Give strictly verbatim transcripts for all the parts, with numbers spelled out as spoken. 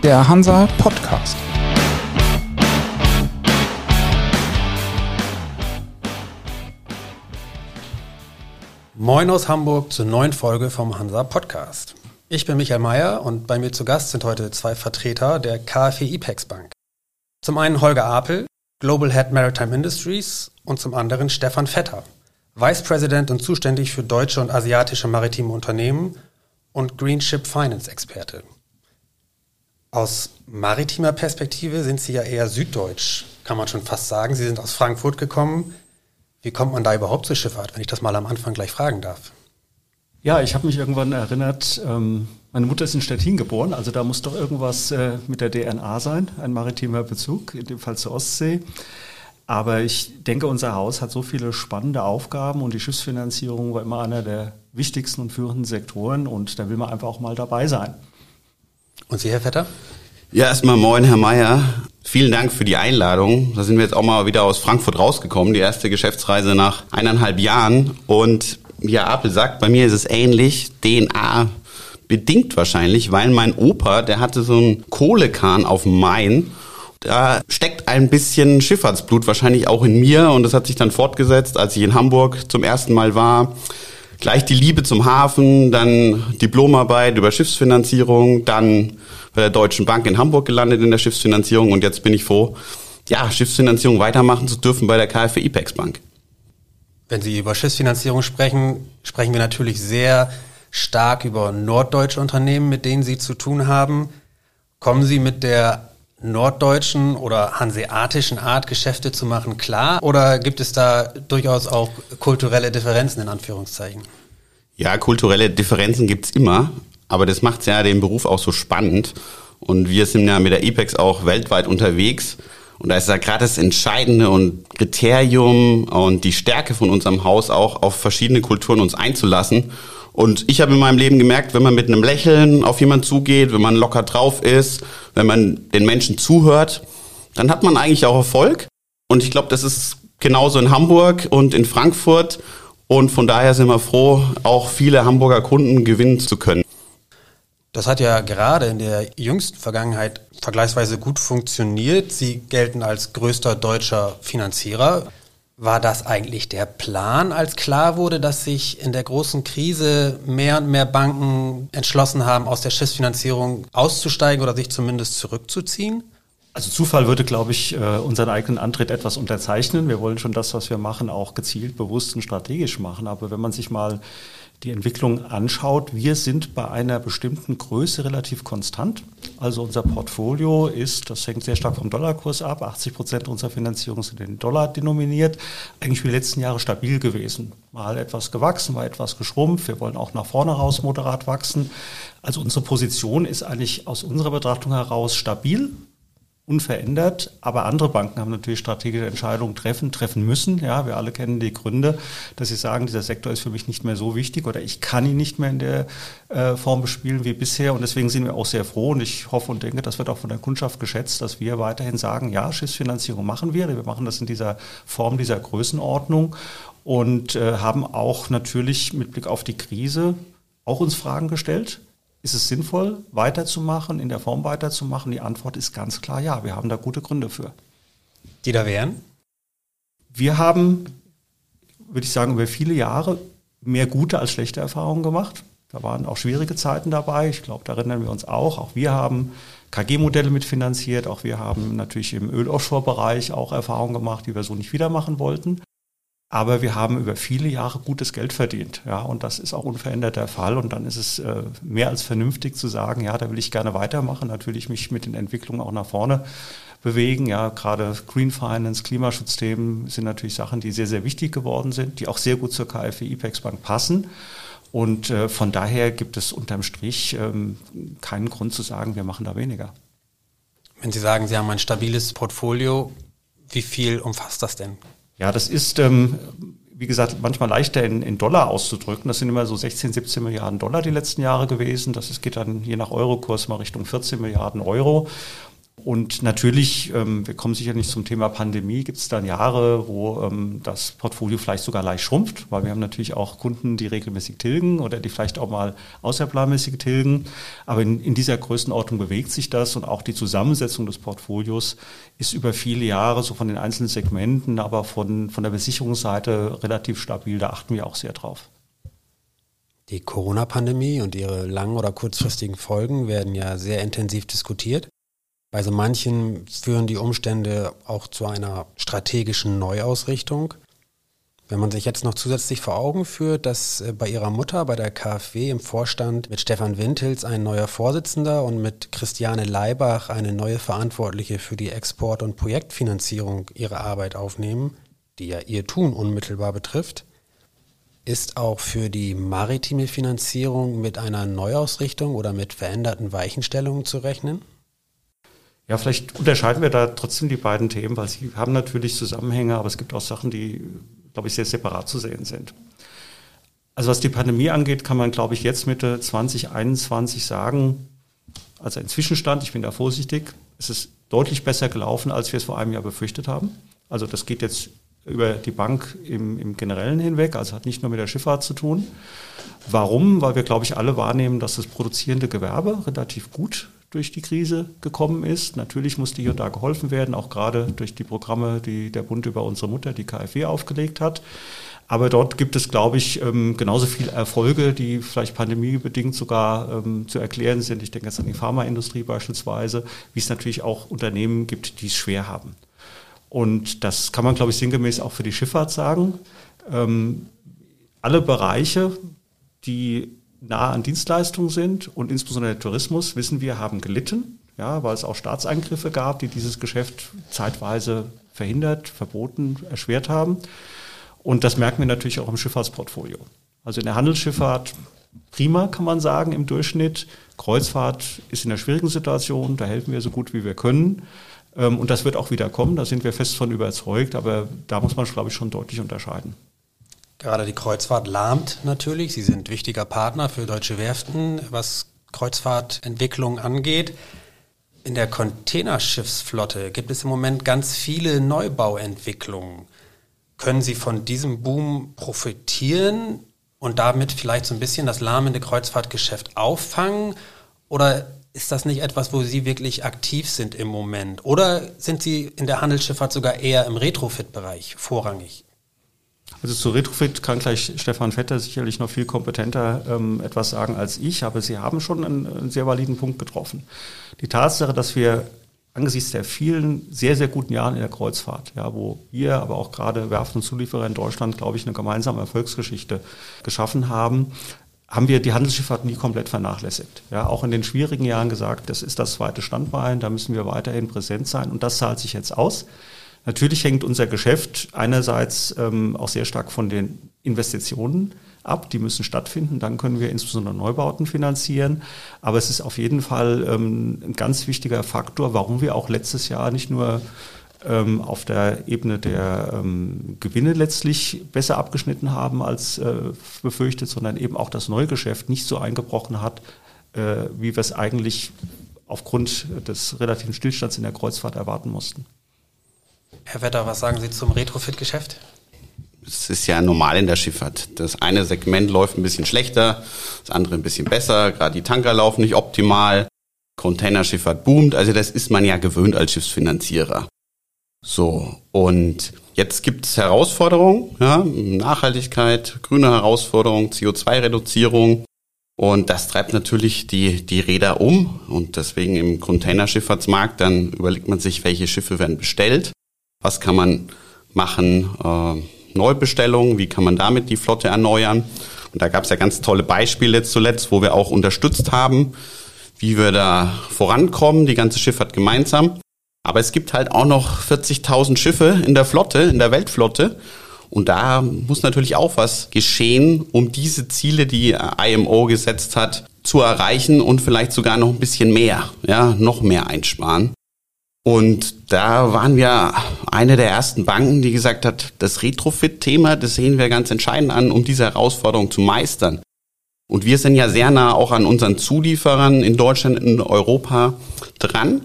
der Hansa Podcast. Moin aus Hamburg zur neuen Folge vom Hansa Podcast. Ich bin Michael Mayer und bei mir zu Gast sind heute zwei Vertreter der KfW IPEX Bank. Zum einen Holger Apel, Global Head Maritime Industries, und zum anderen Stefan Vetter, Vice President und zuständig für deutsche und asiatische maritime Unternehmen und Green Ship Finance Experte. Aus maritimer Perspektive sind Sie ja eher süddeutsch, kann man schon fast sagen. Sie sind aus Frankfurt gekommen. Wie kommt man da überhaupt zur Schifffahrt, wenn ich das mal am Anfang gleich fragen darf? Ja, ich habe mich irgendwann erinnert, ähm, meine Mutter ist in Stettin geboren, also da muss doch irgendwas äh, mit der D N A sein, ein maritimer Bezug, in dem Fall zur Ostsee. Aber ich denke, unser Haus hat so viele spannende Aufgaben und die Schiffsfinanzierung war immer einer der wichtigsten und führenden Sektoren und da will man einfach auch mal dabei sein. Und Sie, Herr Vetter? Ja, erstmal moin, Herr Mayer. Vielen Dank für die Einladung. Da sind wir jetzt auch mal wieder aus Frankfurt rausgekommen, die erste Geschäftsreise nach eineinhalb Jahren. Und wie Herr Apel sagt, bei mir ist es ähnlich, D N A bedingt wahrscheinlich, weil mein Opa, der hatte so einen Kohlekahn auf dem Main. Da steckt ein bisschen Schifffahrtsblut wahrscheinlich auch in mir und das hat sich dann fortgesetzt, als ich in Hamburg zum ersten Mal war. Gleich die Liebe zum Hafen, dann Diplomarbeit über Schiffsfinanzierung, dann bei der Deutschen Bank in Hamburg gelandet in der Schiffsfinanzierung und jetzt bin ich froh, ja, Schiffsfinanzierung weitermachen zu dürfen bei der KfW IPEX Bank. Wenn Sie über Schiffsfinanzierung sprechen, sprechen wir natürlich sehr stark über norddeutsche Unternehmen, mit denen Sie zu tun haben. Kommen Sie mit der norddeutschen oder hanseatischen Art, Geschäfte zu machen, klar? Oder gibt es da durchaus auch kulturelle Differenzen in Anführungszeichen? Ja, kulturelle Differenzen gibt's immer, aber das macht's ja den Beruf auch so spannend. Und wir sind ja mit der IPEX auch weltweit unterwegs. Und da ist ja gerade das Entscheidende und Kriterium und die Stärke von unserem Haus auch, auf verschiedene Kulturen uns einzulassen. Und ich habe in meinem Leben gemerkt, wenn man mit einem Lächeln auf jemanden zugeht, wenn man locker drauf ist, wenn man den Menschen zuhört, dann hat man eigentlich auch Erfolg. Und ich glaube, das ist genauso in Hamburg und in Frankfurt. Und von daher sind wir froh, auch viele Hamburger Kunden gewinnen zu können. Das hat ja gerade in der jüngsten Vergangenheit vergleichsweise gut funktioniert. Sie gelten als größter deutscher Finanzierer. War das eigentlich der Plan, als klar wurde, dass sich in der großen Krise mehr und mehr Banken entschlossen haben, aus der Schiffsfinanzierung auszusteigen oder sich zumindest zurückzuziehen? Also Zufall würde, glaube ich, unseren eigenen Antritt etwas unterzeichnen. Wir wollen schon das, was wir machen, auch gezielt, bewusst und strategisch machen. Aber wenn man sich mal die Entwicklung anschaut, wir sind bei einer bestimmten Größe relativ konstant. Also unser Portfolio ist, das hängt sehr stark vom Dollarkurs ab, achtzig Prozent unserer Finanzierung sind in Dollar denominiert, eigentlich für die letzten Jahre stabil gewesen. Mal etwas gewachsen, mal etwas geschrumpft. Wir wollen auch nach vorne raus moderat wachsen. Also unsere Position ist eigentlich aus unserer Betrachtung heraus stabil, unverändert, aber andere Banken haben natürlich strategische Entscheidungen treffen, treffen müssen. Ja, wir alle kennen die Gründe, dass sie sagen, dieser Sektor ist für mich nicht mehr so wichtig oder ich kann ihn nicht mehr in der äh, Form bespielen wie bisher und deswegen sind wir auch sehr froh und ich hoffe und denke, das wird auch von der Kundschaft geschätzt, dass wir weiterhin sagen, ja, Schiffsfinanzierung machen wir, wir machen das in dieser Form, dieser Größenordnung und äh, haben auch natürlich mit Blick auf die Krise auch uns Fragen gestellt. Ist es sinnvoll, weiterzumachen, in der Form weiterzumachen? Die Antwort ist ganz klar ja. Wir haben da gute Gründe für. Die da wären? Wir haben, würde ich sagen, über viele Jahre mehr gute als schlechte Erfahrungen gemacht. Da waren auch schwierige Zeiten dabei. Ich glaube, da erinnern wir uns auch. Auch wir haben K G-Modelle mitfinanziert. Auch wir haben natürlich im Öl-Offshore-Bereich auch Erfahrungen gemacht, die wir so nicht wieder machen wollten. Aber wir haben über viele Jahre gutes Geld verdient, ja, und das ist auch unverändert der Fall. Und dann ist es äh, mehr als vernünftig zu sagen, ja, da will ich gerne weitermachen, natürlich mich mit den Entwicklungen auch nach vorne bewegen. Ja, gerade Green Finance, Klimaschutzthemen sind natürlich Sachen, die sehr, sehr wichtig geworden sind, die auch sehr gut zur KfW IPEX Bank passen. Und äh, von daher gibt es unterm Strich ähm, keinen Grund zu sagen, wir machen da weniger. Wenn Sie sagen, Sie haben ein stabiles Portfolio, wie viel umfasst das denn? Ja, das ist, ähm, wie gesagt, manchmal leichter in, in Dollar auszudrücken. Das sind immer so sechzehn, siebzehn Milliarden Dollar die letzten Jahre gewesen. Das ist, geht dann je nach Eurokurs mal Richtung vierzehn Milliarden Euro. Und natürlich, ähm, wir kommen sicher nicht zum Thema Pandemie, gibt es dann Jahre, wo ähm, das Portfolio vielleicht sogar leicht schrumpft, weil wir haben natürlich auch Kunden, die regelmäßig tilgen oder die vielleicht auch mal außerplanmäßig tilgen. Aber in, in dieser Größenordnung bewegt sich das und auch die Zusammensetzung des Portfolios ist über viele Jahre so von den einzelnen Segmenten, aber von, von der Besicherungsseite relativ stabil. Da achten wir auch sehr drauf. Die Corona-Pandemie und ihre lang- oder kurzfristigen Folgen werden ja sehr intensiv diskutiert. Bei so manchen führen die Umstände auch zu einer strategischen Neuausrichtung. Wenn man sich jetzt noch zusätzlich vor Augen führt, dass bei ihrer Mutter bei der KfW im Vorstand mit Stefan Windhils ein neuer Vorsitzender und mit Christiane Leibach eine neue Verantwortliche für die Export- und Projektfinanzierung ihre Arbeit aufnehmen, die ja ihr Tun unmittelbar betrifft, ist auch für die maritime Finanzierung mit einer Neuausrichtung oder mit veränderten Weichenstellungen zu rechnen? Ja, vielleicht unterscheiden wir da trotzdem die beiden Themen, weil sie haben natürlich Zusammenhänge, aber es gibt auch Sachen, die, glaube ich, sehr separat zu sehen sind. Also was die Pandemie angeht, kann man, glaube ich, jetzt Mitte zwanzig einundzwanzig sagen, also ein Zwischenstand, ich bin da vorsichtig, es ist deutlich besser gelaufen, als wir es vor einem Jahr befürchtet haben. Also das geht jetzt über die Bank im, im Generellen hinweg, also hat nicht nur mit der Schifffahrt zu tun. Warum? Weil wir, glaube ich, alle wahrnehmen, dass das produzierende Gewerbe relativ gut durch die Krise gekommen ist. Natürlich musste hier und da geholfen werden, auch gerade durch die Programme, die der Bund über unsere Mutter, die KfW, aufgelegt hat. Aber dort gibt es, glaube ich, genauso viele Erfolge, die vielleicht pandemiebedingt sogar zu erklären sind. Ich denke jetzt an die Pharmaindustrie beispielsweise, wie es natürlich auch Unternehmen gibt, die es schwer haben. Und das kann man, glaube ich, sinngemäß auch für die Schifffahrt sagen. Ähm, alle Bereiche, die nah an Dienstleistungen sind und insbesondere der Tourismus, wissen wir, haben gelitten, ja, weil es auch Staatseingriffe gab, die dieses Geschäft zeitweise verhindert, verboten, erschwert haben. Und das merken wir natürlich auch im Schifffahrtsportfolio. Also in der Handelsschifffahrt prima, kann man sagen, im Durchschnitt. Kreuzfahrt ist in einer schwierigen Situation, da helfen wir so gut wie wir können. Und das wird auch wieder kommen, da sind wir fest von überzeugt, aber da muss man, glaube ich, schon deutlich unterscheiden. Gerade die Kreuzfahrt lahmt natürlich. Sie sind wichtiger Partner für deutsche Werften, was Kreuzfahrtentwicklung angeht. In der Containerschiffsflotte gibt es im Moment ganz viele Neubauentwicklungen. Können Sie von diesem Boom profitieren und damit vielleicht so ein bisschen das lahmende Kreuzfahrtgeschäft auffangen? Oder ist das nicht etwas, wo Sie wirklich aktiv sind im Moment? Oder sind Sie in der Handelsschifffahrt sogar eher im Retrofit-Bereich vorrangig? Also zu Retrofit kann gleich Stefan Vetter sicherlich noch viel kompetenter ähm, etwas sagen als ich, aber Sie haben schon einen, einen sehr validen Punkt getroffen. Die Tatsache, dass wir angesichts der vielen sehr, sehr guten Jahren in der Kreuzfahrt, ja, wo wir, aber auch gerade Werften und Zulieferer in Deutschland, glaube ich, eine gemeinsame Erfolgsgeschichte geschaffen haben, haben wir die Handelsschifffahrt nie komplett vernachlässigt. Ja, auch in den schwierigen Jahren gesagt, das ist das zweite Standbein, da müssen wir weiterhin präsent sein und das zahlt sich jetzt aus. Natürlich hängt unser Geschäft einerseits ähm, auch sehr stark von den Investitionen ab, die müssen stattfinden, dann können wir insbesondere Neubauten finanzieren, aber es ist auf jeden Fall ähm, ein ganz wichtiger Faktor, warum wir auch letztes Jahr nicht nur ähm, auf der Ebene der ähm, Gewinne letztlich besser abgeschnitten haben als äh, befürchtet, sondern eben auch das Neugeschäft nicht so eingebrochen hat, äh, wie wir es eigentlich aufgrund des relativen Stillstands in der Kreuzfahrt erwarten mussten. Herr Vetter, was sagen Sie zum Retrofit-Geschäft? Es ist ja normal in der Schifffahrt. Das eine Segment läuft ein bisschen schlechter, das andere ein bisschen besser. Gerade die Tanker laufen nicht optimal. Containerschifffahrt boomt. Also das ist man ja gewöhnt als Schiffsfinanzierer. So, und jetzt gibt es Herausforderungen, ja, Nachhaltigkeit, grüne Herausforderungen, C O zwei Reduzierung. Und das treibt natürlich die, die Räder um. Und deswegen im Containerschifffahrtsmarkt, dann überlegt man sich, welche Schiffe werden bestellt. Was kann man machen? Äh, Neubestellungen, wie kann man damit die Flotte erneuern? Und da gab es ja ganz tolle Beispiele jetzt zuletzt, wo wir auch unterstützt haben, wie wir da vorankommen, die ganze Schifffahrt gemeinsam. Aber es gibt halt auch noch vierzigtausend Schiffe in der Flotte, in der Weltflotte. Und da muss natürlich auch was geschehen, um diese Ziele, die I M O gesetzt hat, zu erreichen und vielleicht sogar noch ein bisschen mehr, ja, noch mehr einsparen. Und da waren wir eine der ersten Banken, die gesagt hat, das Retrofit-Thema, das sehen wir ganz entscheidend an, um diese Herausforderung zu meistern. Und wir sind ja sehr nah auch an unseren Zulieferern in Deutschland, in Europa dran.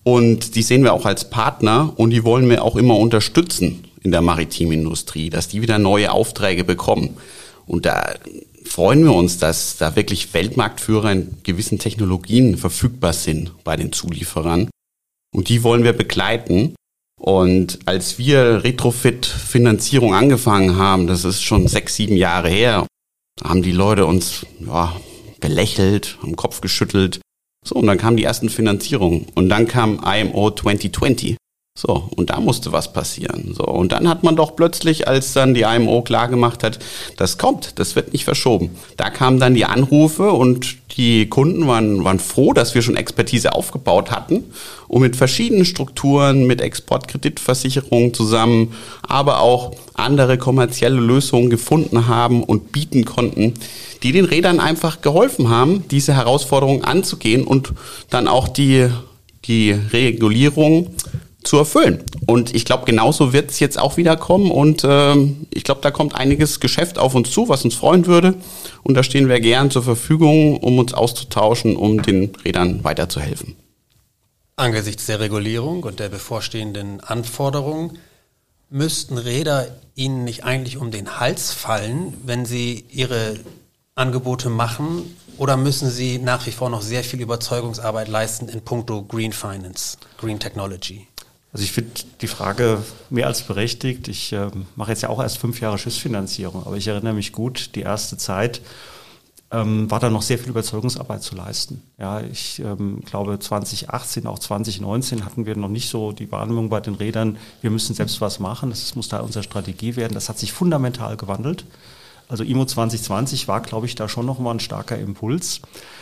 Und die sehen wir auch als Partner und die wollen wir auch immer unterstützen in der maritimen Industrie, dass die wieder neue Aufträge bekommen. Und da freuen wir uns, dass da wirklich Weltmarktführer in gewissen Technologien verfügbar sind bei den Zulieferern. Und die wollen wir begleiten. Und als wir Retrofit-Finanzierung angefangen haben, das ist schon sechs, sieben Jahre her, haben die Leute uns ja, belächelt, haben den Kopf geschüttelt. So, und dann kamen die ersten Finanzierungen. Und dann kam I M O zwanzig zwanzig. So, und da musste was passieren. So, und dann hat man doch plötzlich, als dann die I M O klargemacht hat, das kommt, das wird nicht verschoben. Da kamen dann die Anrufe und die Kunden waren, waren froh, dass wir schon Expertise aufgebaut hatten und mit verschiedenen Strukturen, mit Exportkreditversicherungen zusammen, aber auch andere kommerzielle Lösungen gefunden haben und bieten konnten, die den Reedern einfach geholfen haben, diese Herausforderungen anzugehen und dann auch die, die Regulierung zu erfüllen. Und ich glaube, genauso wird es jetzt auch wieder kommen und ähm, ich glaube, da kommt einiges Geschäft auf uns zu, was uns freuen würde und da stehen wir gern zur Verfügung, um uns auszutauschen, um den Reedern weiterzuhelfen. Angesichts der Regulierung und der bevorstehenden Anforderungen müssten Reeder Ihnen nicht eigentlich um den Hals fallen, wenn Sie Ihre Angebote machen, oder müssen Sie nach wie vor noch sehr viel Überzeugungsarbeit leisten in puncto Green Finance, Green Technology? Also ich finde die Frage mehr als berechtigt. Ich äh, mache jetzt ja auch erst fünf Jahre Schiffsfinanzierung, aber ich erinnere mich gut, die erste Zeit ähm, war da noch sehr viel Überzeugungsarbeit zu leisten. Ja, ich ähm, glaube zwanzig achtzehn, auch zwanzig neunzehn hatten wir noch nicht so die Wahrnehmung bei den Reedern, wir müssen selbst was machen, das muss da unsere Strategie werden. Das hat sich fundamental gewandelt. Also I M O zwanzig zwanzig war, glaube ich, da schon nochmal ein starker Impuls.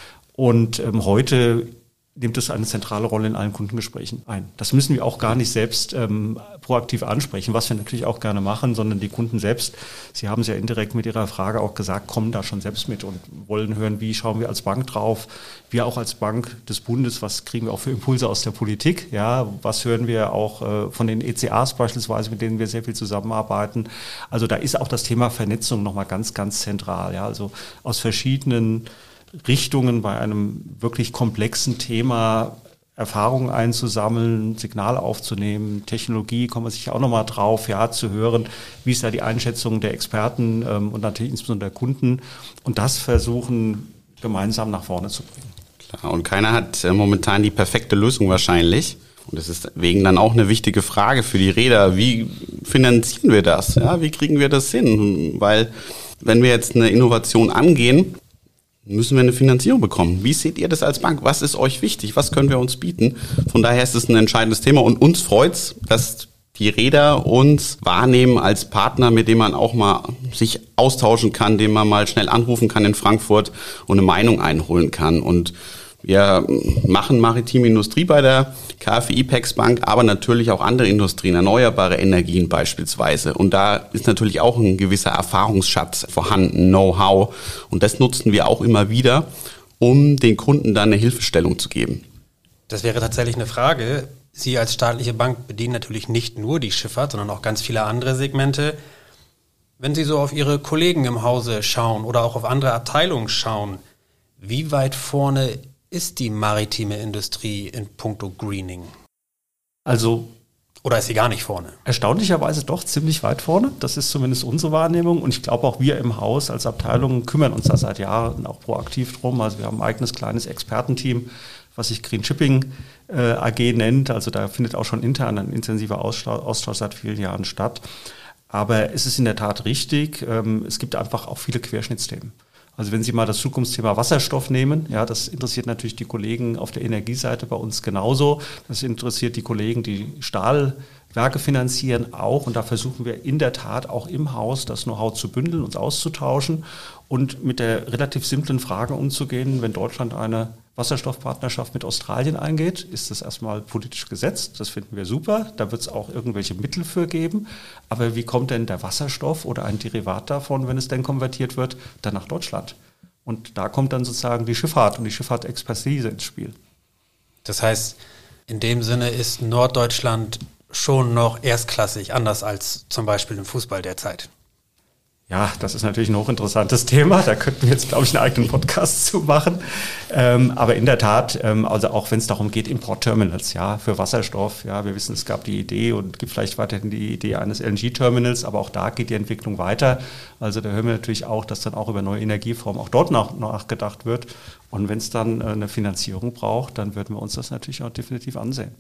Und ähm, heute nimmt es eine zentrale Rolle in allen Kundengesprächen ein. Das müssen wir auch gar nicht selbst ähm, proaktiv ansprechen, was wir natürlich auch gerne machen, sondern die Kunden selbst, Sie haben es ja indirekt mit Ihrer Frage auch gesagt, kommen da schon selbst mit und wollen hören, wie schauen wir als Bank drauf, wir auch als Bank des Bundes, was kriegen wir auch für Impulse aus der Politik, ja, was hören wir auch äh, von den E C As beispielsweise, mit denen wir sehr viel zusammenarbeiten. Also da ist auch das Thema Vernetzung nochmal ganz, ganz zentral, ja, also aus verschiedenen Richtungen bei einem wirklich komplexen Thema Erfahrungen einzusammeln, Signale aufzunehmen, Technologie, kommen wir sicher auch nochmal drauf, ja, zu hören, wie ist da die Einschätzung der Experten ähm, und natürlich insbesondere der Kunden und das versuchen gemeinsam nach vorne zu bringen. Klar, und keiner hat äh, momentan die perfekte Lösung wahrscheinlich. Und das ist deswegen dann auch eine wichtige Frage für die Reeder. Wie finanzieren wir das? Ja, wie kriegen wir das hin? Weil wenn wir jetzt eine Innovation angehen, müssen wir eine Finanzierung bekommen. Wie seht ihr das als Bank? Was ist euch wichtig? Was können wir uns bieten? Von daher ist es ein entscheidendes Thema und uns freut's, dass die Reeder uns wahrnehmen als Partner, mit dem man auch mal sich austauschen kann, den man mal schnell anrufen kann in Frankfurt und eine Meinung einholen kann. Und wir machen maritime Industrie bei der K f W IPEX Bank, aber natürlich auch andere Industrien, erneuerbare Energien beispielsweise. Und da ist natürlich auch ein gewisser Erfahrungsschatz vorhanden, Know-how. Und das nutzen wir auch immer wieder, um den Kunden dann eine Hilfestellung zu geben. Das wäre tatsächlich eine Frage. Sie als staatliche Bank bedienen natürlich nicht nur die Schifffahrt, sondern auch ganz viele andere Segmente. Wenn Sie so auf Ihre Kollegen im Hause schauen oder auch auf andere Abteilungen schauen, wie weit vorne ist die maritime Industrie in puncto Greening? Also oder ist sie gar nicht vorne? Erstaunlicherweise doch ziemlich weit vorne. Das ist zumindest unsere Wahrnehmung. Und ich glaube auch wir im Haus als Abteilung kümmern uns da seit Jahren auch proaktiv drum. Also wir haben ein eigenes kleines Expertenteam, was sich Green Shipping äh, A G nennt. Also da findet auch schon intern ein intensiver Austausch seit vielen Jahren statt. Aber es ist in der Tat richtig. Ähm, es gibt einfach auch viele Querschnittsthemen. Also wenn Sie mal das Zukunftsthema Wasserstoff nehmen, ja, das interessiert natürlich die Kollegen auf der Energieseite bei uns genauso. Das interessiert die Kollegen, die Stahlwerke finanzieren auch. Und da versuchen wir in der Tat auch im Haus das Know-how zu bündeln, uns auszutauschen und mit der relativ simplen Frage umzugehen, wenn Deutschland eine Wasserstoffpartnerschaft mit Australien eingeht, ist das erstmal politisch gesetzt. Das finden wir super. Da wird es auch irgendwelche Mittel für geben. Aber wie kommt denn der Wasserstoff oder ein Derivat davon, wenn es denn konvertiert wird, dann nach Deutschland? Und da kommt dann sozusagen die Schifffahrt und die Schifffahrtexpertise ins Spiel. Das heißt, in dem Sinne ist Norddeutschland schon noch erstklassig, anders als zum Beispiel im Fußball derzeit. Ja, das ist natürlich ein hochinteressantes Thema. Da könnten wir jetzt, glaube ich, einen eigenen Podcast zu machen. Ähm, aber in der Tat, ähm, also auch wenn es darum geht, Importterminals, ja, für Wasserstoff. Ja, wir wissen, es gab die Idee und gibt vielleicht weiterhin die Idee eines L N G-Terminals, aber auch da geht die Entwicklung weiter. Also da hören wir natürlich auch, dass dann auch über neue Energieformen auch dort nach, nachgedacht wird. Und wenn es dann äh, eine Finanzierung braucht, dann würden wir uns das natürlich auch definitiv ansehen.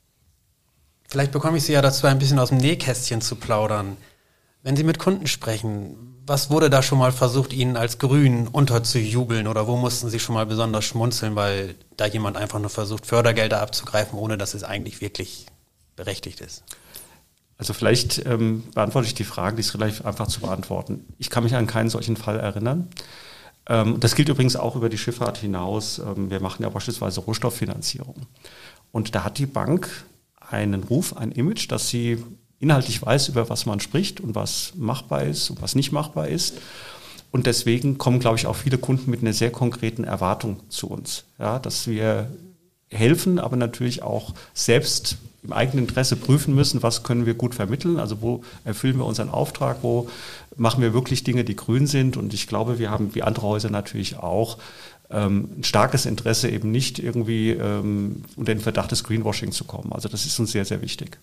Vielleicht bekomme ich Sie ja dazu, ein bisschen aus dem Nähkästchen zu plaudern. Wenn Sie mit Kunden sprechen, was wurde da schon mal versucht, Ihnen als Grün unterzujubeln oder wo mussten Sie schon mal besonders schmunzeln, weil da jemand einfach nur versucht, Fördergelder abzugreifen, ohne dass es eigentlich wirklich berechtigt ist? Also vielleicht ähm, beantworte ich die Frage, die ist relativ einfach zu beantworten. Ich kann mich an keinen solchen Fall erinnern. Ähm, das gilt übrigens auch über die Schifffahrt hinaus. Ähm, wir machen ja beispielsweise Rohstofffinanzierung. Und da hat die Bank einen Ruf, ein Image, dass sie inhaltlich weiß, über was man spricht und was machbar ist und was nicht machbar ist. Und deswegen kommen, glaube ich, auch viele Kunden mit einer sehr konkreten Erwartung zu uns. Ja, dass wir helfen, aber natürlich auch selbst im eigenen Interesse prüfen müssen, was können wir gut vermitteln, also wo erfüllen wir unseren Auftrag, wo machen wir wirklich Dinge, die grün sind. Und ich glaube, wir haben, wie andere Häuser natürlich auch, ähm, ein starkes Interesse, eben nicht irgendwie ähm, unter den Verdacht des Greenwashing zu kommen. Also das ist uns sehr, sehr wichtig.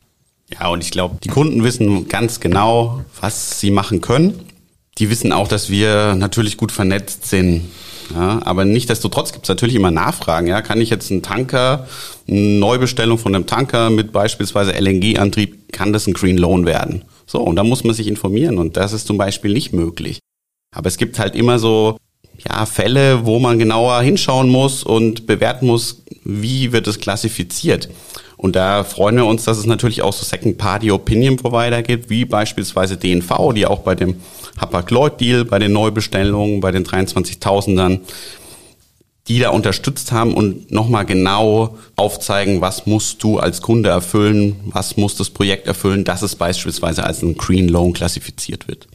Ja, und ich glaube, die Kunden wissen ganz genau, was sie machen können. Die wissen auch, dass wir natürlich gut vernetzt sind. Ja, aber nichtsdestotrotz gibt es natürlich immer Nachfragen. Ja, kann ich jetzt einen Tanker, eine Neubestellung von einem Tanker mit beispielsweise L N G-Antrieb, kann das ein Green Loan werden? So, und da muss man sich informieren und das ist zum Beispiel nicht möglich. Aber es gibt halt immer so ja, Fälle, wo man genauer hinschauen muss und bewerten muss, wie wird es klassifiziert. Und da freuen wir uns, dass es natürlich auch so Second-Party-Opinion-Provider gibt, wie beispielsweise D N V, die auch bei dem Hapag-Lloyd-Deal, bei den Neubestellungen, bei den dreiundzwanzigtausendern, die da unterstützt haben und nochmal genau aufzeigen, was musst du als Kunde erfüllen, was muss das Projekt erfüllen, dass es beispielsweise als ein Green Loan klassifiziert wird.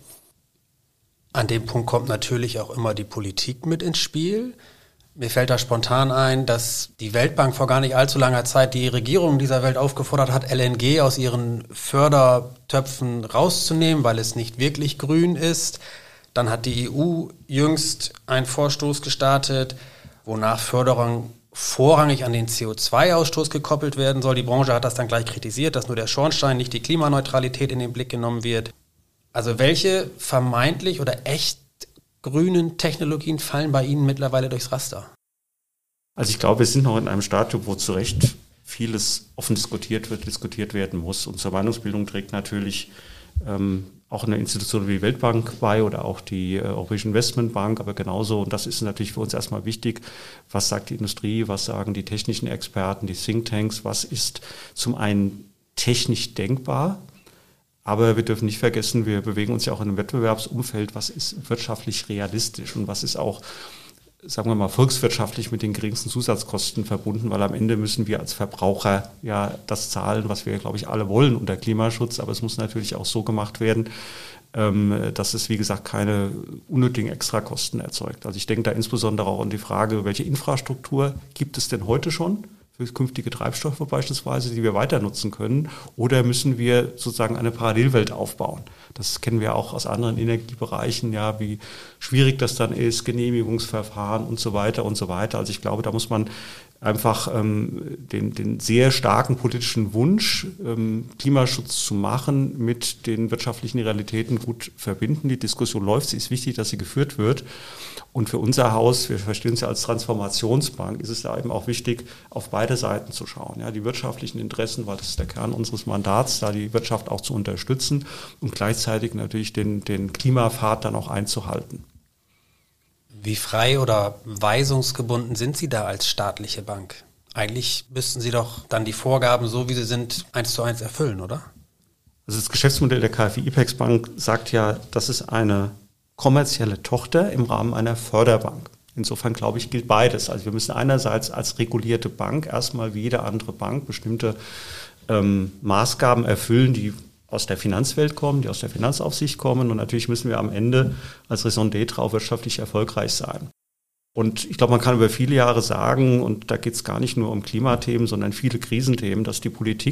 An dem Punkt kommt natürlich auch immer die Politik mit ins Spiel. Mir fällt da spontan ein, dass die Weltbank vor gar nicht allzu langer Zeit die Regierung dieser Welt aufgefordert hat, L N G aus ihren Fördertöpfen rauszunehmen, weil es nicht wirklich grün ist. Dann hat die E U jüngst einen Vorstoß gestartet, wonach Förderung vorrangig an den C O zwei Ausstoß gekoppelt werden soll. Die Branche hat das dann gleich kritisiert, dass nur der Schornstein, nicht die Klimaneutralität in den Blick genommen wird. Also welche vermeintlich oder echt grünen Technologien fallen bei Ihnen mittlerweile durchs Raster? Also ich glaube, wir sind noch in einem Stadium, wo zu Recht vieles offen diskutiert wird, diskutiert werden muss. Und zur Meinungsbildung trägt natürlich ähm, auch eine Institution wie die Weltbank bei oder auch die äh, Europäische Investmentbank, aber genauso, und das ist natürlich für uns erstmal wichtig, was sagt die Industrie, was sagen die technischen Experten, die Thinktanks, was ist zum einen technisch denkbar, aber wir dürfen nicht vergessen, wir bewegen uns ja auch in einem Wettbewerbsumfeld, was ist wirtschaftlich realistisch und was ist auch, sagen wir mal, volkswirtschaftlich mit den geringsten Zusatzkosten verbunden, weil am Ende müssen wir als Verbraucher ja das zahlen, was wir, glaube ich, alle wollen unter Klimaschutz, aber es muss natürlich auch so gemacht werden, dass es, wie gesagt, keine unnötigen Extrakosten erzeugt. Also ich denke da insbesondere auch an die Frage, welche Infrastruktur gibt es denn heute schon für künftige Treibstoffe beispielsweise, die wir weiter nutzen können, oder müssen wir sozusagen eine Parallelwelt aufbauen? Das kennen wir auch aus anderen Energiebereichen, ja, wie schwierig das dann ist, Genehmigungsverfahren und so weiter und so weiter. Also ich glaube, da muss man einfach ähm, den, den sehr starken politischen Wunsch, ähm, Klimaschutz zu machen, mit den wirtschaftlichen Realitäten gut verbinden. Die Diskussion läuft, sie ist wichtig, dass sie geführt wird. Und für unser Haus, wir verstehen es ja als Transformationsbank, ist es da eben auch wichtig, auf beide Seiten zu schauen. Ja, die wirtschaftlichen Interessen, weil das ist der Kern unseres Mandats, da die Wirtschaft auch zu unterstützen und gleichzeitig natürlich den, den Klimapfad dann auch einzuhalten. Wie frei oder weisungsgebunden sind Sie da als staatliche Bank? Eigentlich müssten Sie doch dann die Vorgaben, so wie sie sind, eins zu eins erfüllen, oder? Also das Geschäftsmodell der K f W IPEX Bank sagt ja, das ist eine kommerzielle Tochter im Rahmen einer Förderbank. Insofern, glaube ich, gilt beides. Also wir müssen einerseits als regulierte Bank erstmal wie jede andere Bank bestimmte ähm, Maßgaben erfüllen, die aus der Finanzwelt kommen, die aus der Finanzaufsicht kommen. Und natürlich müssen wir am Ende als Raison d'être auch wirtschaftlich erfolgreich sein. Und ich glaube, man kann über viele Jahre sagen, und da geht es gar nicht nur um Klimathemen, sondern viele Krisenthemen, dass die Politik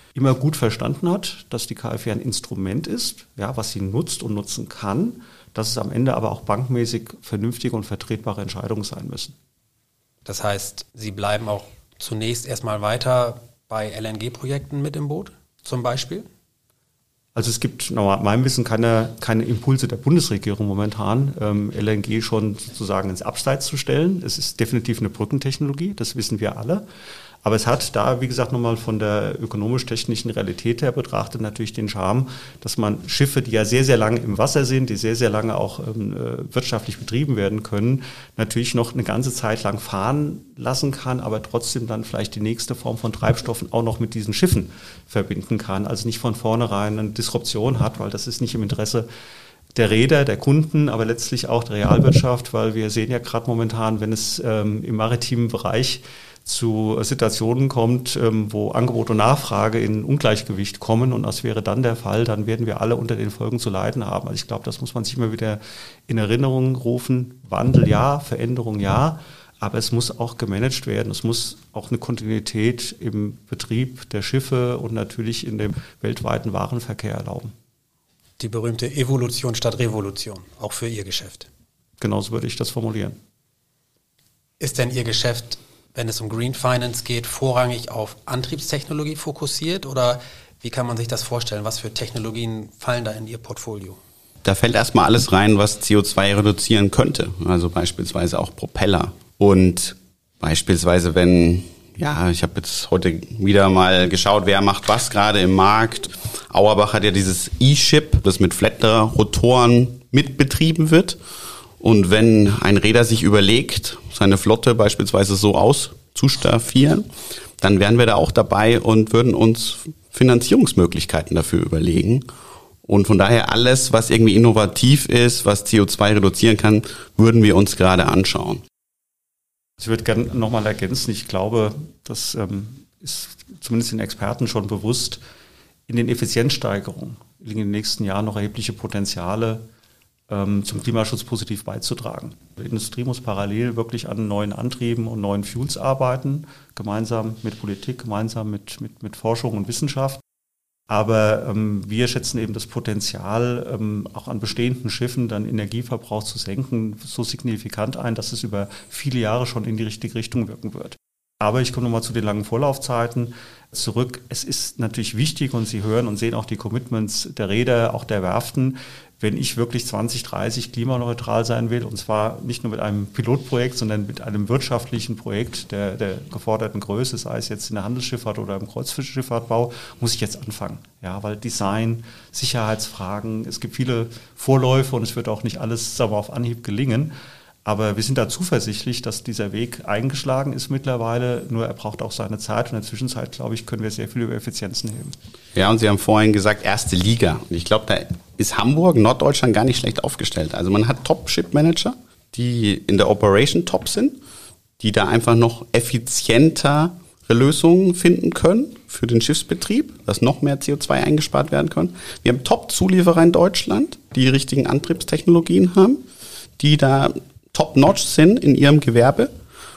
immer gut verstanden hat, dass die K f W ein Instrument ist, ja, was sie nutzt und nutzen kann, dass es am Ende aber auch bankmäßig vernünftige und vertretbare Entscheidungen sein müssen. Das heißt, Sie bleiben auch zunächst erstmal weiter bei L N G-Projekten mit im Boot, zum Beispiel? Also es gibt nach meinem Wissen keine, keine Impulse der Bundesregierung momentan, ähm, L N G schon sozusagen ins Abseits zu stellen. Es ist definitiv eine Brückentechnologie, das wissen wir alle. Aber es hat da, wie gesagt, nochmal von der ökonomisch-technischen Realität her betrachtet natürlich den Charme, dass man Schiffe, die ja sehr, sehr lange im Wasser sind, die sehr, sehr lange auch ähm, wirtschaftlich betrieben werden können, natürlich noch eine ganze Zeit lang fahren lassen kann, aber trotzdem dann vielleicht die nächste Form von Treibstoffen auch noch mit diesen Schiffen verbinden kann. Also nicht von vornherein eine Disruption hat, weil das ist nicht im Interesse der Reeder, der Kunden, aber letztlich auch der Realwirtschaft, weil wir sehen ja gerade momentan, wenn es ähm, im maritimen Bereich zu Situationen kommt, wo Angebot und Nachfrage in Ungleichgewicht kommen und das wäre dann der Fall, dann werden wir alle unter den Folgen zu leiden haben. Also ich glaube, das muss man sich immer wieder in Erinnerung rufen. Wandel ja, Veränderung ja, aber es muss auch gemanagt werden. Es muss auch eine Kontinuität im Betrieb der Schiffe und natürlich in dem weltweiten Warenverkehr erlauben. Die berühmte Evolution statt Revolution, auch für Ihr Geschäft. Genauso würde ich das formulieren. Ist denn Ihr Geschäft, wenn es um Green Finance geht, vorrangig auf Antriebstechnologie fokussiert oder wie kann man sich das vorstellen? Was für Technologien fallen da in Ihr Portfolio? Da fällt erstmal alles rein, was C O zwei reduzieren könnte. Also beispielsweise auch Propeller. Und beispielsweise, wenn, ja, ich habe jetzt heute wieder mal geschaut, wer macht was gerade im Markt. Auerbach hat ja dieses E-Ship, das mit Flatter-Rotoren mitbetrieben wird. Und wenn ein Reeder sich überlegt, seine Flotte beispielsweise so auszustaffieren, dann wären wir da auch dabei und würden uns Finanzierungsmöglichkeiten dafür überlegen. Und von daher alles, was irgendwie innovativ ist, was C O zwei reduzieren kann, würden wir uns gerade anschauen. Ich würde gerne nochmal ergänzen, ich glaube, das ähm, ist zumindest den Experten schon bewusst, in den Effizienzsteigerungen liegen in den nächsten Jahren noch erhebliche Potenziale, zum Klimaschutz positiv beizutragen. Die Industrie muss parallel wirklich an neuen Antrieben und neuen Fuels arbeiten, gemeinsam mit Politik, gemeinsam mit, mit, mit Forschung und Wissenschaft. Aber ähm, wir schätzen eben das Potenzial, ähm, auch an bestehenden Schiffen dann Energieverbrauch zu senken, so signifikant ein, dass es über viele Jahre schon in die richtige Richtung wirken wird. Aber ich komme nochmal zu den langen Vorlaufzeiten zurück. Es ist natürlich wichtig und Sie hören und sehen auch die Commitments der Reeder, auch der Werften, wenn ich wirklich zwanzig dreißig klimaneutral sein will, und zwar nicht nur mit einem Pilotprojekt, sondern mit einem wirtschaftlichen Projekt der, der geforderten Größe, sei es jetzt in der Handelsschifffahrt oder im Kreuzfahrtschifffahrtbau, muss ich jetzt anfangen. Ja, weil Design, Sicherheitsfragen, es gibt viele Vorläufe und es wird auch nicht alles, sagen wir, auf Anhieb gelingen. Aber wir sind da zuversichtlich, dass dieser Weg eingeschlagen ist mittlerweile, nur er braucht auch seine Zeit und in der Zwischenzeit, glaube ich, können wir sehr viel über Effizienzen heben. Ja, und Sie haben vorhin gesagt, erste Liga. Und ich glaube, da ist Hamburg, Norddeutschland gar nicht schlecht aufgestellt. Also man hat Top-Ship-Manager, die in der Operation top sind, die da einfach noch effizientere Lösungen finden können für den Schiffsbetrieb, dass noch mehr C O zwei eingespart werden kann. Wir haben Top-Zulieferer in Deutschland, die die richtigen Antriebstechnologien haben, die da top-notch sind in ihrem Gewerbe.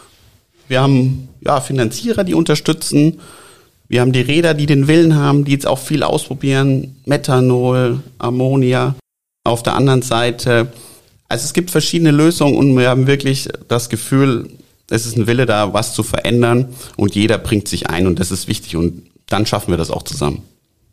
Wir haben ja Finanzierer, die unterstützen. Wir haben die Reeder, die den Willen haben, die jetzt auch viel ausprobieren. Methanol, Ammonia. Auf der anderen Seite, also es gibt verschiedene Lösungen und wir haben wirklich das Gefühl, es ist ein Wille da, was zu verändern und jeder bringt sich ein und das ist wichtig und dann schaffen wir das auch zusammen.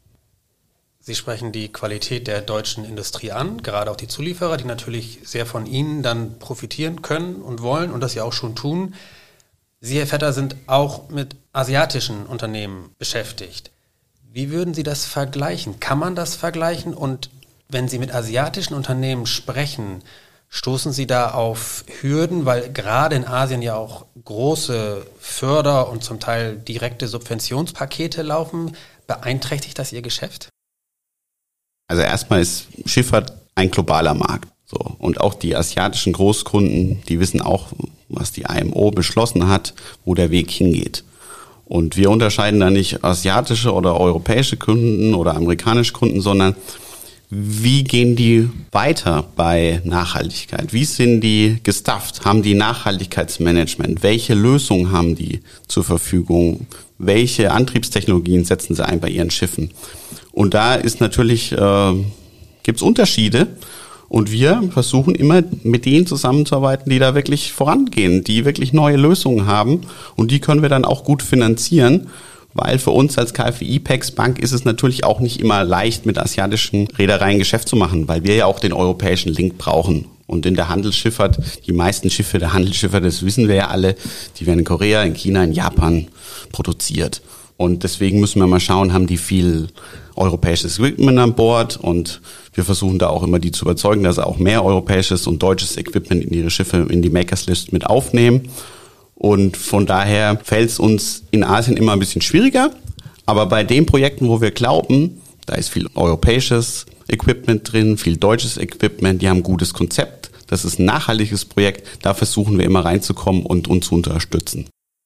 Sie sprechen die Qualität der deutschen Industrie an, gerade auch die Zulieferer, die natürlich sehr von Ihnen dann profitieren können und wollen und das ja auch schon tun. Sie, Herr Vetter, sind auch mit asiatischen Unternehmen beschäftigt. Wie würden Sie das vergleichen? Kann man das vergleichen? Und wenn Sie mit asiatischen Unternehmen sprechen, stoßen Sie da auf Hürden, weil gerade in Asien ja auch große Förder- und zum Teil direkte Subventionspakete laufen. Beeinträchtigt das Ihr Geschäft? Also erstmal ist Schifffahrt ein globaler Markt. So. Und auch die asiatischen Großkunden, die wissen auch, was die I M O beschlossen hat, wo der Weg hingeht. Und wir unterscheiden da nicht asiatische oder europäische Kunden oder amerikanische Kunden, sondern wie gehen die weiter bei Nachhaltigkeit? Wie sind die gestafft? Haben die Nachhaltigkeitsmanagement? Welche Lösungen haben die zur Verfügung? welche Antriebstechnologien setzen sie ein bei ihren Schiffen. Und da ist natürlich, äh, gibt es Unterschiede. Und wir versuchen immer mit denen zusammenzuarbeiten, die da wirklich vorangehen, die wirklich neue Lösungen haben. Und die können wir dann auch gut finanzieren, weil für uns als KfW IPEX Bank ist es natürlich auch nicht immer leicht, mit asiatischen Reedereien Geschäft zu machen, weil wir ja auch den europäischen Link brauchen. Und in der Handelsschifffahrt, die meisten Schiffe der Handelsschifffahrt, das wissen wir ja alle, die werden in Korea, in China, in Japan produziert. Und deswegen müssen wir mal schauen, haben die viel europäisches Equipment an Bord, und wir versuchen da auch immer die zu überzeugen, dass sie auch mehr europäisches und deutsches Equipment in ihre Schiffe, in die Makers List mit aufnehmen. Und von daher fällt es uns in Asien immer ein bisschen schwieriger. Aber bei den Projekten, wo wir glauben, da ist viel europäisches Equipment drin, viel deutsches Equipment, die haben ein gutes Konzept, das ist ein nachhaltiges Projekt, da versuchen wir immer reinzukommen und uns zu unterstützen.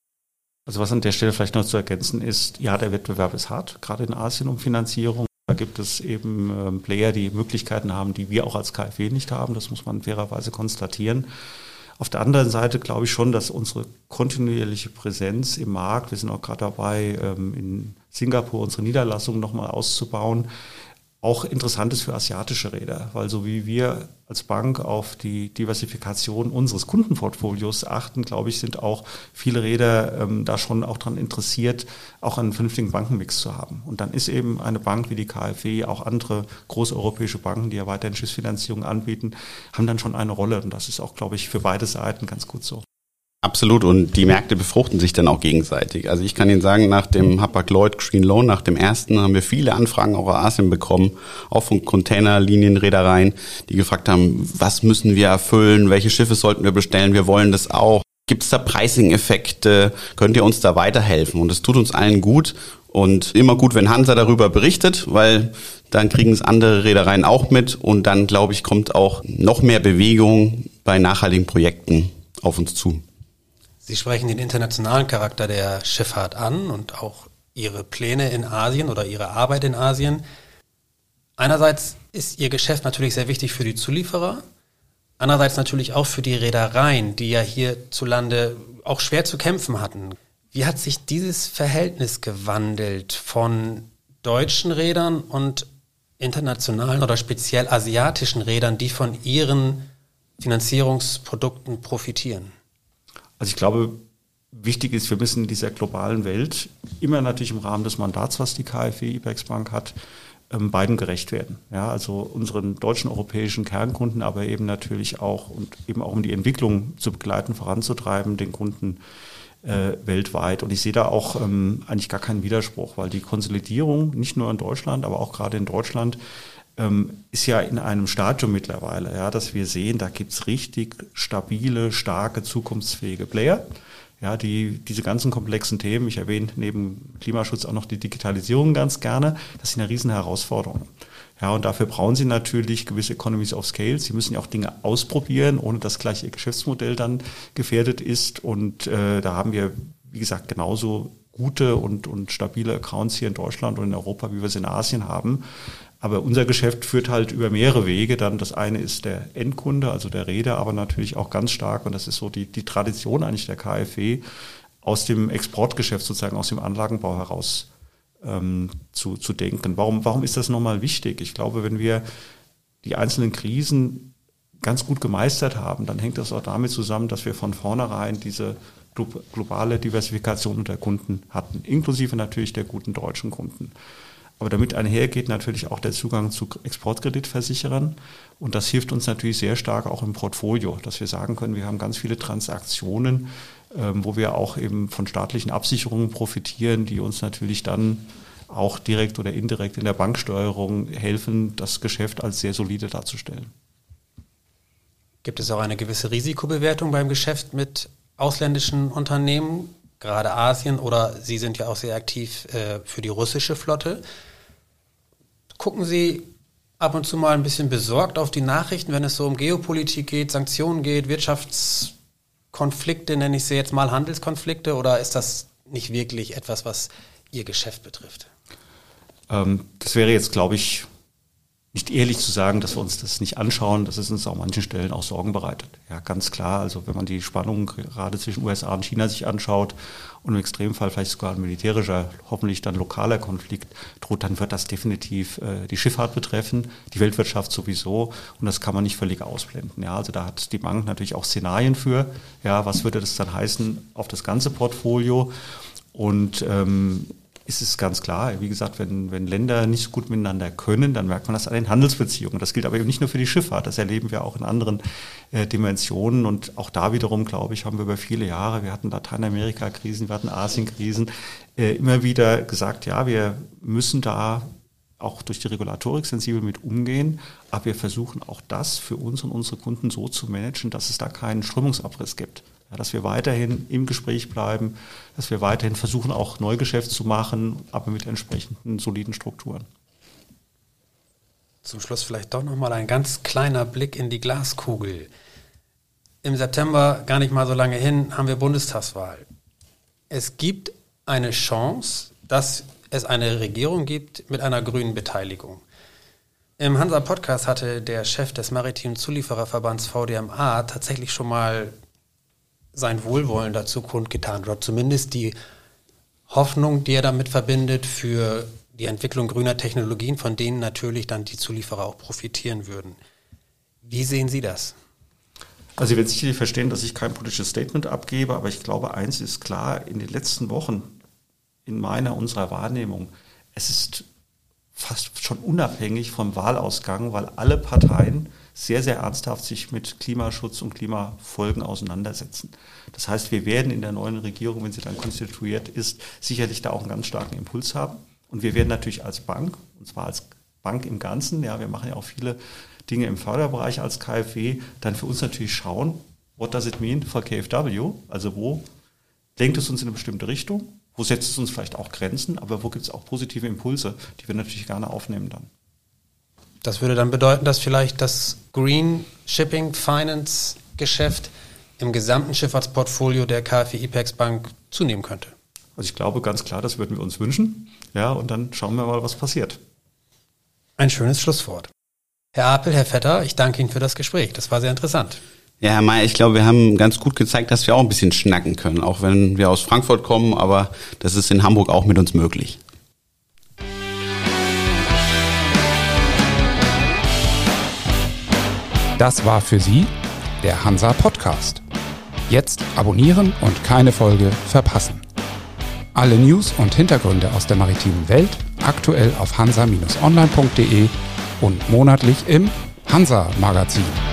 Also was an der Stelle vielleicht noch zu ergänzen ist, ja, der Wettbewerb ist hart, gerade in Asien um Finanzierung. Da gibt es eben ähm, Player, die Möglichkeiten haben, die wir auch als KfW nicht haben. Das muss man fairerweise konstatieren. Auf der anderen Seite glaube ich schon, dass unsere kontinuierliche Präsenz im Markt, wir sind auch gerade dabei, ähm, in Singapur unsere Niederlassung nochmal auszubauen, auch interessant ist für asiatische Reeder, weil so wie wir als Bank auf die Diversifikation unseres Kundenportfolios achten, glaube ich, sind auch viele Reeder ähm, da schon auch daran interessiert, auch einen vernünftigen Bankenmix zu haben. Und dann ist eben eine Bank wie die KfW, auch andere große europäische Banken, die ja weiterhin Schiffsfinanzierung anbieten, haben dann schon eine Rolle. Und das ist auch, glaube ich, für beide Seiten ganz gut so. Absolut, und die Märkte befruchten sich dann auch gegenseitig. Also ich kann Ihnen sagen, nach dem Hapag-Lloyd Green Loan, nach dem ersten, haben wir viele Anfragen auch aus Asien bekommen, auch von Containerlinienreedereien, die gefragt haben, was müssen wir erfüllen, welche Schiffe sollten wir bestellen, wir wollen das auch. Gibt es da Pricing-Effekte, könnt ihr uns da weiterhelfen? Und es tut uns allen gut und immer gut, wenn Hansa darüber berichtet, weil dann kriegen es andere Reedereien auch mit, und dann, glaube ich, kommt auch noch mehr Bewegung bei nachhaltigen Projekten auf uns zu. Sie sprechen den internationalen Charakter der Schifffahrt an und auch Ihre Pläne in Asien oder Ihre Arbeit in Asien. Einerseits ist Ihr Geschäft natürlich sehr wichtig für die Zulieferer, andererseits natürlich auch für die Reedereien, die ja hierzulande auch schwer zu kämpfen hatten. Wie hat sich dieses Verhältnis gewandelt von deutschen Reedern und internationalen oder speziell asiatischen Reedern, die von Ihren Finanzierungsprodukten profitieren? Also ich glaube, wichtig ist, wir müssen in dieser globalen Welt immer natürlich im Rahmen des Mandats, was die KfW IPEX Bank hat, ähm, beiden gerecht werden. Ja, also unseren deutschen, europäischen Kernkunden, aber eben natürlich auch und eben auch um die Entwicklung zu begleiten, voranzutreiben, den Kunden äh, weltweit. Und ich sehe da auch ähm, eigentlich gar keinen Widerspruch, weil die Konsolidierung nicht nur in Deutschland, aber auch gerade in Deutschland ähm, ist ja in einem Stadium mittlerweile, ja, dass wir sehen, da gibt's richtig stabile, starke, zukunftsfähige Player, ja, die diese ganzen komplexen Themen, ich erwähne neben Klimaschutz auch noch die Digitalisierung ganz gerne, das sind ja riesen Herausforderungen. Ja, und dafür brauchen sie natürlich gewisse Economies of Scale. Sie müssen ja auch Dinge ausprobieren, ohne dass gleich ihr Geschäftsmodell dann gefährdet ist. Und äh, da haben wir, wie gesagt, genauso gute und, und stabile Accounts hier in Deutschland und in Europa, wie wir es in Asien haben. Aber unser Geschäft führt halt über mehrere Wege. Dann das eine ist der Endkunde, also der Reeder, aber natürlich auch ganz stark, und das ist so die, die Tradition eigentlich der KfW, aus dem Exportgeschäft sozusagen, aus dem Anlagenbau heraus ähm, zu, zu denken. Warum, warum ist das nochmal wichtig? Ich glaube, wenn wir die einzelnen Krisen ganz gut gemeistert haben, dann hängt das auch damit zusammen, dass wir von vornherein diese globale Diversifikation unter Kunden hatten, inklusive natürlich der guten deutschen Kunden. Aber damit einhergeht natürlich auch der Zugang zu Exportkreditversicherern, und das hilft uns natürlich sehr stark auch im Portfolio, dass wir sagen können, wir haben ganz viele Transaktionen, ähm, wo wir auch eben von staatlichen Absicherungen profitieren, die uns natürlich dann auch direkt oder indirekt in der Banksteuerung helfen, das Geschäft als sehr solide darzustellen. Gibt es auch eine gewisse Risikobewertung beim Geschäft mit ausländischen Unternehmen, gerade Asien, oder Sie sind ja auch sehr aktiv äh, für die russische Flotte? Gucken Sie ab und zu mal ein bisschen besorgt auf die Nachrichten, wenn es so um Geopolitik geht, Sanktionen geht, Wirtschaftskonflikte, nenne ich sie jetzt mal, Handelskonflikte, oder ist das nicht wirklich etwas, was Ihr Geschäft betrifft? Ähm, das wäre jetzt, glaube ich, nicht ehrlich zu sagen, dass wir uns das nicht anschauen, dass es uns an manchen Stellen auch Sorgen bereitet. Ja, ganz klar. Also wenn man die Spannungen gerade zwischen U S A und China sich anschaut und im Extremfall vielleicht sogar ein militärischer, hoffentlich dann lokaler Konflikt droht, dann wird das definitiv äh, die Schifffahrt betreffen, die Weltwirtschaft sowieso, und das kann man nicht völlig ausblenden. Ja, also da hat die Bank natürlich auch Szenarien für. Ja, was würde das dann heißen auf das ganze Portfolio? Und ähm, ist es ganz klar, wie gesagt, wenn, wenn Länder nicht so gut miteinander können, dann merkt man das an den Handelsbeziehungen. Das gilt aber eben nicht nur für die Schifffahrt, das erleben wir auch in anderen äh, Dimensionen. Und auch da wiederum, glaube ich, haben wir über viele Jahre, wir hatten Lateinamerika-Krisen, wir hatten Asien-Krisen, äh, immer wieder gesagt, ja, wir müssen da auch durch die Regulatorik sensibel mit umgehen, aber wir versuchen auch das für uns und unsere Kunden so zu managen, dass es da keinen Strömungsabriss gibt. Ja, dass wir weiterhin im Gespräch bleiben, dass wir weiterhin versuchen, auch Neugeschäft zu machen, aber mit entsprechenden soliden Strukturen. Zum Schluss vielleicht doch nochmal ein ganz kleiner Blick in die Glaskugel. Im September, gar nicht mal so lange hin, haben wir Bundestagswahl. Es gibt eine Chance, dass es eine Regierung gibt mit einer grünen Beteiligung. Im Hansa-Podcast hatte der Chef des Maritimen Zuliefererverbands V D M A tatsächlich schon mal sein Wohlwollen dazu kundgetan, oder zumindest die Hoffnung, die er damit verbindet für die Entwicklung grüner Technologien, von denen natürlich dann die Zulieferer auch profitieren würden. Wie sehen Sie das? Also Sie werden sicherlich verstehen, dass ich kein politisches Statement abgebe, aber ich glaube, eins ist klar, in den letzten Wochen, in meiner, unserer Wahrnehmung, es ist fast schon unabhängig vom Wahlausgang, weil alle Parteien sehr, sehr ernsthaft sich mit Klimaschutz und Klimafolgen auseinandersetzen. Das heißt, wir werden in der neuen Regierung, wenn sie dann konstituiert ist, sicherlich da auch einen ganz starken Impuls haben. Und wir werden natürlich als Bank, und zwar als Bank im Ganzen, ja, wir machen ja auch viele Dinge im Förderbereich als K f W, dann für uns natürlich schauen, what does it mean for K f W? Also wo lenkt es uns in eine bestimmte Richtung? Wo setzt es uns vielleicht auch Grenzen? Aber wo gibt es auch positive Impulse, die wir natürlich gerne aufnehmen dann? Das würde dann bedeuten, dass vielleicht das Green Shipping Finance Geschäft im gesamten Schifffahrtsportfolio der K f W IPEX Bank zunehmen könnte. Also ich glaube ganz klar, das würden wir uns wünschen. Ja, und dann schauen wir mal, was passiert. Ein schönes Schlusswort. Herr Apel, Herr Vetter, ich danke Ihnen für das Gespräch. Das war sehr interessant. Ja, Herr Mayer, ich glaube, wir haben ganz gut gezeigt, dass wir auch ein bisschen schnacken können, auch wenn wir aus Frankfurt kommen, aber das ist in Hamburg auch mit uns möglich. Das war für Sie der Hansa Podcast. Jetzt abonnieren und keine Folge verpassen. Alle News und Hintergründe aus der maritimen Welt aktuell auf hansa Bindestrich online punkt de und monatlich im Hansa Magazin.